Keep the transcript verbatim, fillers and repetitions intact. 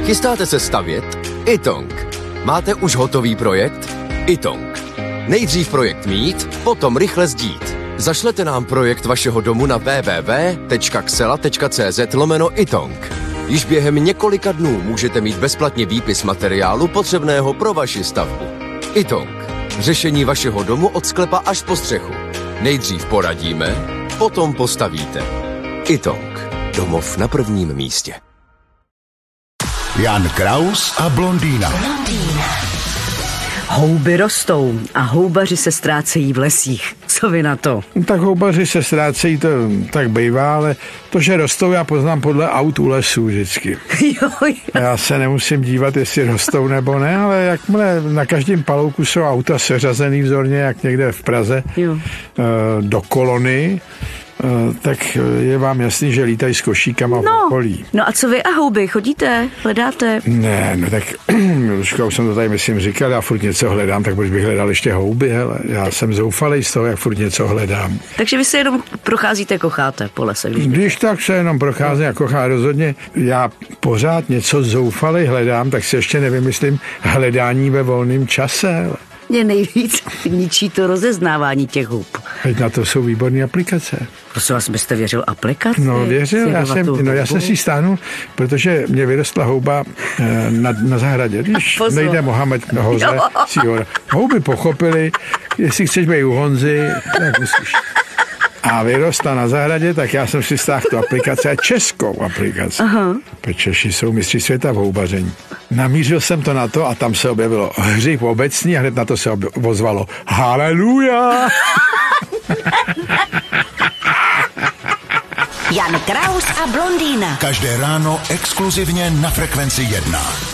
Chystáte se stavět? Itong. Máte už hotový projekt? Itong. Nejdřív projekt mít, potom rychle sdít. Zašlete nám projekt vašeho domu na w w w tečka xela tečka c z lomeno Itong. Již během několika dnů můžete mít bezplatně výpis materiálu potřebného pro vaši stavbu. Itong. Řešení vašeho domu od sklepa až po střechu. Nejdřív poradíme, potom postavíte. Itong. Domov na prvním místě. Jan Kraus a blondýna. Blondýna. Houby rostou a houbaři se ztrácejí v lesích. Co vy na to? Tak houbaři se ztrácejí, to tak bývá, ale to, že rostou, já poznám podle aut u lesů vždycky. Jo, jo. Já se nemusím dívat, jestli rostou nebo ne, ale jakmile na každém palouku jsou auta seřazený vzorně, jak někde v Praze, jo. do kolony, tak je vám jasný, že lítají s košíkama v no, okolí. No a co vy a houby? Chodíte? Hledáte? Ne, no tak Lužka, už jsem to tady myslím říkal, já furt něco hledám, tak proč bych hledal ještě houby, hele. Já jsem zoufalej z toho, jak furt něco hledám. Takže vy se jenom procházíte, kocháte po lese? Když, když tak se jenom procházím a kochá, rozhodně já pořád něco zoufalej hledám, tak si ještě nevymyslím hledání ve volném čase, hele. Mě nejvíc ničí to rozeznávání těch hub. Teď na to jsou výborné aplikace. Prosím vás, byste věřil aplikaci? No věřil, já jsem, no, já jsem si stáhnul, protože mě vyrostla houba na, na zahradě. Když nejde Mohamed nahoře, si ho, houby pochopili, jestli chceš být u Honzy, tak musíš. A vyrostla na zahradě, tak já jsem si stáhl tu aplikaci a českou aplikaci. Aha. Češi jsou mistři světa v houbaření. Namířil jsem to na to a tam se objevilo hřích obecný a hned na to se ozvalo haleluja. Jan Kraus a blondýna. Každé ráno exkluzivně na Frekvenci jedna.